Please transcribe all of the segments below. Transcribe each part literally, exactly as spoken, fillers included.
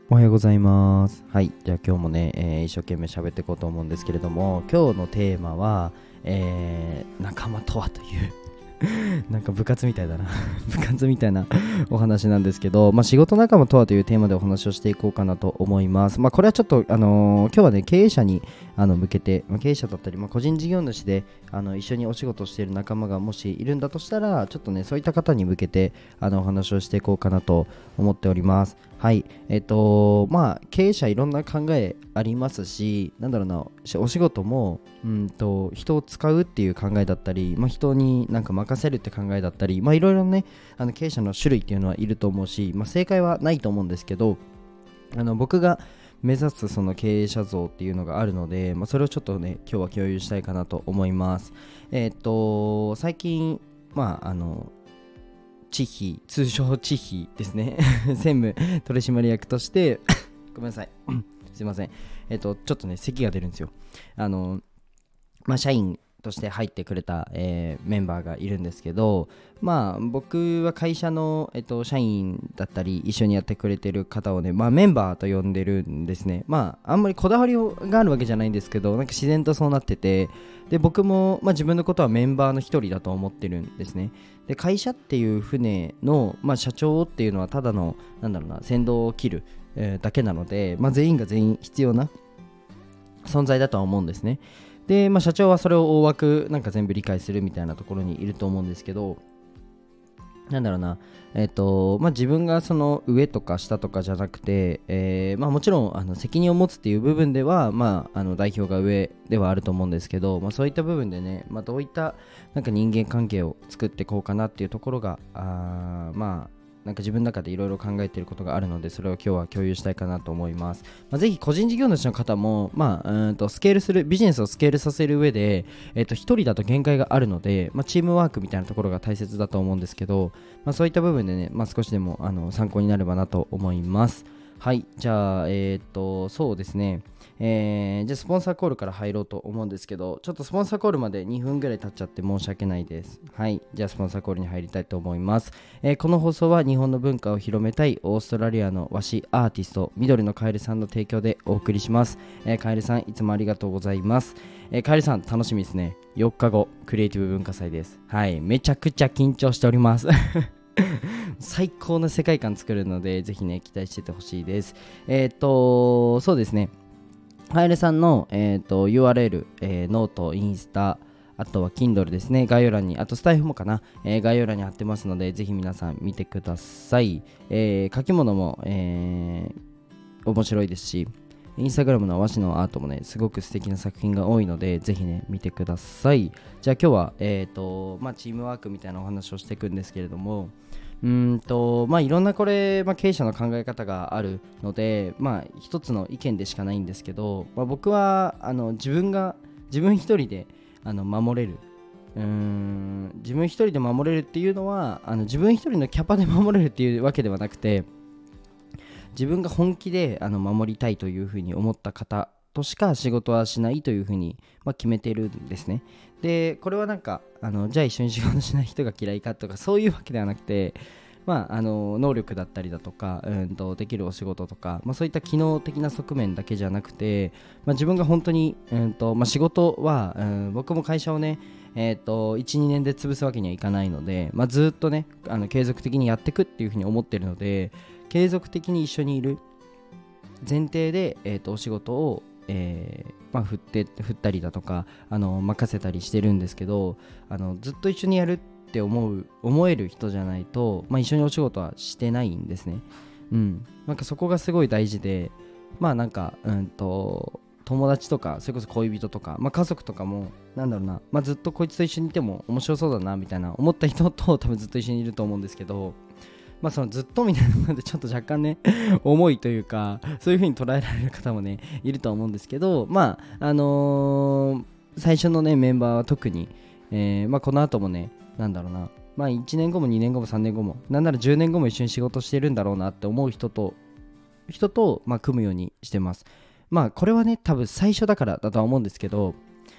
おはようございます。はい。じゃあ今日もね、えー一生懸命喋っていこうと思うんですけれども、今日のテーマは、えー仲間とはというなんか部活みたいだな部活みたいなお話なんですけど、まあ、仕事仲間とはというテーマでお話をしていこうかなと思います。まあ、これはちょっと、あのー今日はね、経営者にあの向けて、まあ、経営者だったり、まあ、個人事業主であの一緒にお仕事をしている仲間がもしいるんだとしたら、ちょっとね、そういった方に向けてあのお話をしていこうかなと思っております。はい。えっと、まあ、経営者いろんな考えありますし、なんだろうな、お仕事も、うんと、人を使うっていう考えだったり、まあ、人になんか任せるって考えだったり、まあ、いろいろね、あの経営者の種類っていうのはいると思うし、まあ、正解はないと思うんですけど、あの僕が目指すその経営者像っていうのがあるので、まあ、それをちょっとね、今日は共有したいかなと思います。えっと、最近、まあ、あの、知費、通称知費ですね専務取締役としてごめんなさいすいません。えっと、ちょっとね、咳が出るんですよ。あの、まあ、社員として入ってくれた、えーメンバーがいるんですけど、まあ、僕は会社の、えっと、社員だったり、一緒にやってくれてる方をね、まあ、メンバーと呼んでるんですね。まあ、あんまりこだわりがあるわけじゃないんですけど、なんか自然とそうなってて、で、僕も、まあ、自分のことはメンバーの一人だと思ってるんですね。で、会社っていう船の、まあ、社長っていうのはただの、なんだろうな、先導を切る、えーだけなので、まあ、全員が全員必要な存在だとは思うんですね。で、まあ、社長はそれを大枠なんか全部理解するみたいなところにいると思うんですけど、なんだろうな、えっと、まあ、自分がその上とか下とかじゃなくて、えーまあ、もちろんあの責任を持つっていう部分では、まあ、あの代表が上ではあると思うんですけど、まあ、そういった部分でね、まあ、どういったなんか人間関係を作っていこうかなっていうところが、あーまあ、なんか自分の中でいろいろ考えていることがあるので、それを今日は共有したいかなと思います。まあ、ぜひ個人事業主の方も、まあ、うーんとスケールする、ビジネスをスケールさせる上で、えっと、一人だと限界があるので、まあ、チームワークみたいなところが大切だと思うんですけど、まあ、そういった部分でね、まあ、少しでもあの参考になればなと思います。はい、じゃあ、えーっと、そうですね、えーじゃあスポンサーコールから入ろうと思うんですけど、ちょっとスポンサーコールまでにふんぐらい経っちゃって申し訳ないです。はい、じゃあスポンサーコールに入りたいと思います。えーこの放送は日本の文化を広めたいオーストラリアの和紙アーティスト、緑のカエルさんの提供でお送りします。えーカエルさん、いつもありがとうございます。えーカエルさん、楽しみですね。よっかご、クリエイティブ文化祭です。はい、めちゃくちゃ緊張しております。最高の世界観作るので、ぜひね、期待しててほしいです。えっ、と、そうですね。カエルさんの、えー、と ユーアールエル、えーノート、インスタ、あとは Kindle ですね、概要欄に、あとスタイフもかな、えー概要欄に貼ってますので、ぜひ皆さん見てください。えー書き物も、えー面白いですし、インスタグラムの和紙のアートもね、すごく素敵な作品が多いので、ぜひね、見てください。じゃあ今日は、えっ、と、まあ、チームワークみたいなお話をしていくんですけれども、うーんと、まあ、いろんなこれ、まあ、経営者の考え方があるので、まあ、一つの意見でしかないんですけど、まあ、僕はあの自分が、自分一人であの守れる。うーん自分一人で守れるっていうのは、あの自分一人のキャパで守れるっていうわけではなくて、自分が本気であの守りたいというふうに思った方としか仕事はしないというふうに、まあ、決めているんですね。で、これはなんか、あのじゃあ一緒に仕事しない人が嫌いかとかそういうわけではなくて、まあ、あの能力だったりだとか、うんとできるお仕事とか、まあ、そういった機能的な側面だけじゃなくて、まあ、自分が本当に、うんとまあ、仕事は、うん、僕も会社をね、えー、といち、にねんで潰すわけにはいかないので、まあ、ずっとね、あの継続的にやっていくっていうふうに思ってるので、継続的に一緒にいる前提で、えー、とお仕事を、えーまあ、振って振ったりだとか、あの任せたりしてるんですけど、あのずっと一緒にやるって思う思える人じゃないと、まあ、一緒にお仕事はしてないんですね。うん、なんかそこがすごい大事で、まあなんかうんと友達とか、それこそ恋人とか、まあ、家族とかも、なんだろうな、まあ、ずっとこいつと一緒にいても面白そうだなみたいな思った人と多分ずっと一緒にいると思うんですけど、まあそのずっとみたいなのでちょっと若干ね重いというか、そういう風に捉えられる方もねいると思うんですけど、まああのー最初のねメンバーは特に、えーまあこの後もね、なんだろうな、まあいちねんごもにねんごもさんねんごも、なんならじゅうねんごも一緒に仕事してるんだろうなって思う人と人と、まあ、組むようにしてます。まあこれはね多分最初だからだとは思うんですけど、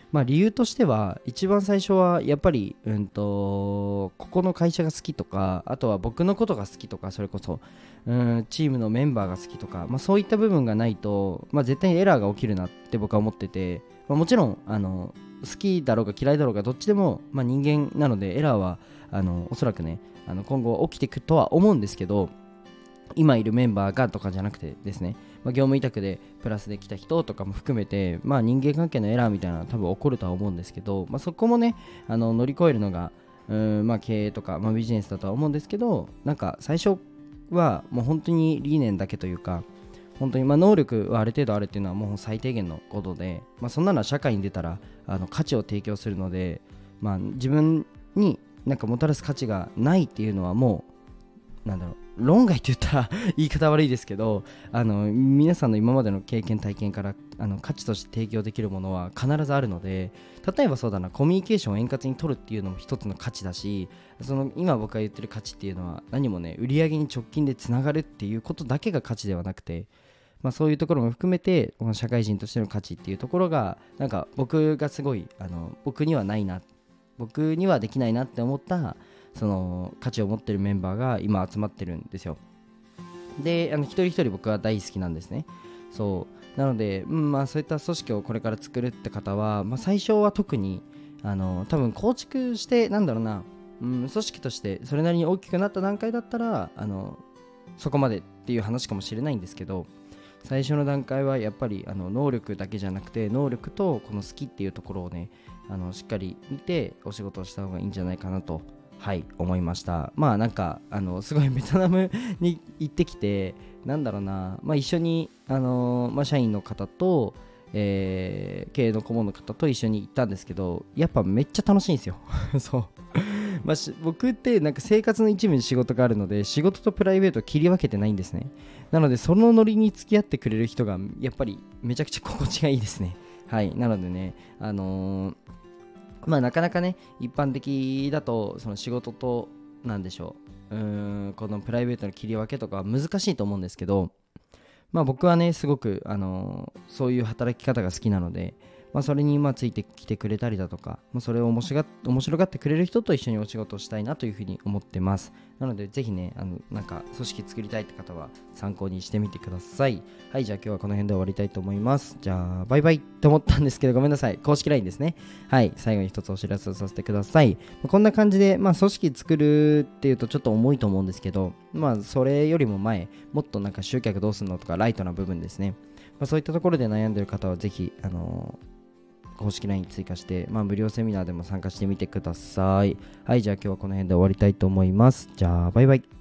まあ理由としては一番最初はやっぱりうんとここの会社が好きとか、あとは僕のことが好きとか、それこそうんチームのメンバーが好きとか、まあ、そういった部分がないと、まあ、絶対にエラーが起きるなって僕は思ってて、まあ、もちろんあの好きだろうが嫌いだろうがどっちでも、まあ、人間なのでエラーはあのおそらくねあの今後起きていくとは思うんですけど、今いるメンバーがとかじゃなくてですね、まあ、業務委託でプラスで来た人とかも含めて、まあ、人間関係のエラーみたいなのは多分起こるとは思うんですけど、まあ、そこもねあの乗り越えるのがうーん、まあ、経営とか、まあ、ビジネスだとは思うんですけど、なんか最初はもう本当に理念だけというか、本当にまあ能力はある程度あるっていうのはもう最低限のことで、まあ、そんなのは社会に出たらあの価値を提供するので、まあ、自分になんかもたらす価値がないっていうのはもうなんだろう、論外って言ったら言い方悪いですけど、あの皆さんの今までの経験体験からあの価値として提供できるものは必ずあるので、例えばそうだな、コミュニケーションを円滑に取るっていうのも一つの価値だし、その今僕が言ってる価値っていうのは何もね売り上げに直近でつながるっていうことだけが価値ではなくて、まあ、そういうところも含めてこの社会人としての価値っていうところがなんか僕がすごいあの僕にはないな、僕にはできないなって思ったその価値を持ってるメンバーが今集まってるんですよ。で、あの一人一人僕は大好きなんですね。そうなので、うんまあ、そういった組織をこれから作るって方は、まあ、最初は特にあの多分構築してなんだろうな、うん、組織としてそれなりに大きくなった段階だったらあのそこまでっていう話かもしれないんですけど、最初の段階はやっぱりあの能力だけじゃなくて、能力とこの好きっていうところをねあのしっかり見てお仕事をした方がいいんじゃないかなとはい思いました。まあなんかあのすごいベトナムに行ってきて、なんだろうな、まあ、一緒にあの、まあ、社員の方と、えー、経営の顧問の方と一緒に行ったんですけど、やっぱめっちゃ楽しいんですよそうまあ、僕ってなんか生活の一部に仕事があるので、仕事とプライベートを切り分けてないんですね。なのでそのノリに付き合ってくれる人がやっぱりめちゃくちゃ心地がいいですね。はいなのでねあのーまあなかなかね一般的だとその仕事となんでしょう、うーんこのプライベートの切り分けとかは難しいと思うんですけど、まあ僕はねすごくあのーそういう働き方が好きなので、まあ、それにまあついてきてくれたりだとか、まあ、それを面白が面白がってくれる人と一緒にお仕事をしたいなというふうに思ってます。なのでぜひねあのなんか組織作りたいって方は参考にしてみてください。はい、じゃあ今日はこの辺で終わりたいと思います。じゃあバイバイって思ったんですけどごめんなさい、公式 ライン ですね。はい、最後に一つお知らせをさせてください。こんな感じで、まあ、組織作るっていうとちょっと重いと思うんですけど、まあそれよりも前もっとなんか集客どうするのとかライトな部分ですね、まあ、そういったところで悩んでる方はぜひあのー公式 ライン 追加して、まあ、無料セミナーでも参加してみてください。はい、じゃあ今日はこの辺で終わりたいと思います。じゃあバイバイ。